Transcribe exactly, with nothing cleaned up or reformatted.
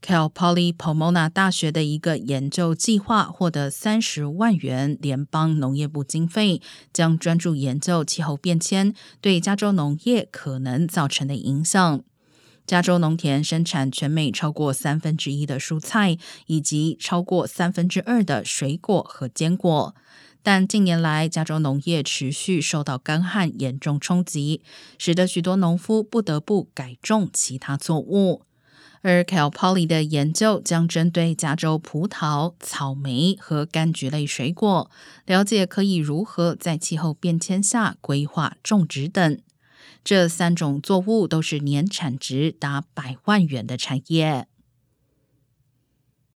Cal Poly Pomona 大学的一个研究计划获得三十万元联邦农业部经费，将专注研究气候变迁对加州农业可能造成的影响。加州农田生产全美超过三分之一的蔬菜，以及超过三分之二的水果和坚果。但近年来，加州农业持续受到干旱严重冲击，使得许多农夫不得不改种其他作物。而 Cal Poly 的研究将针对加州葡萄、草莓和柑橘类水果，了解可以如何在气候变迁下规划种植等。这三种作物都是年产值达百万元的产业。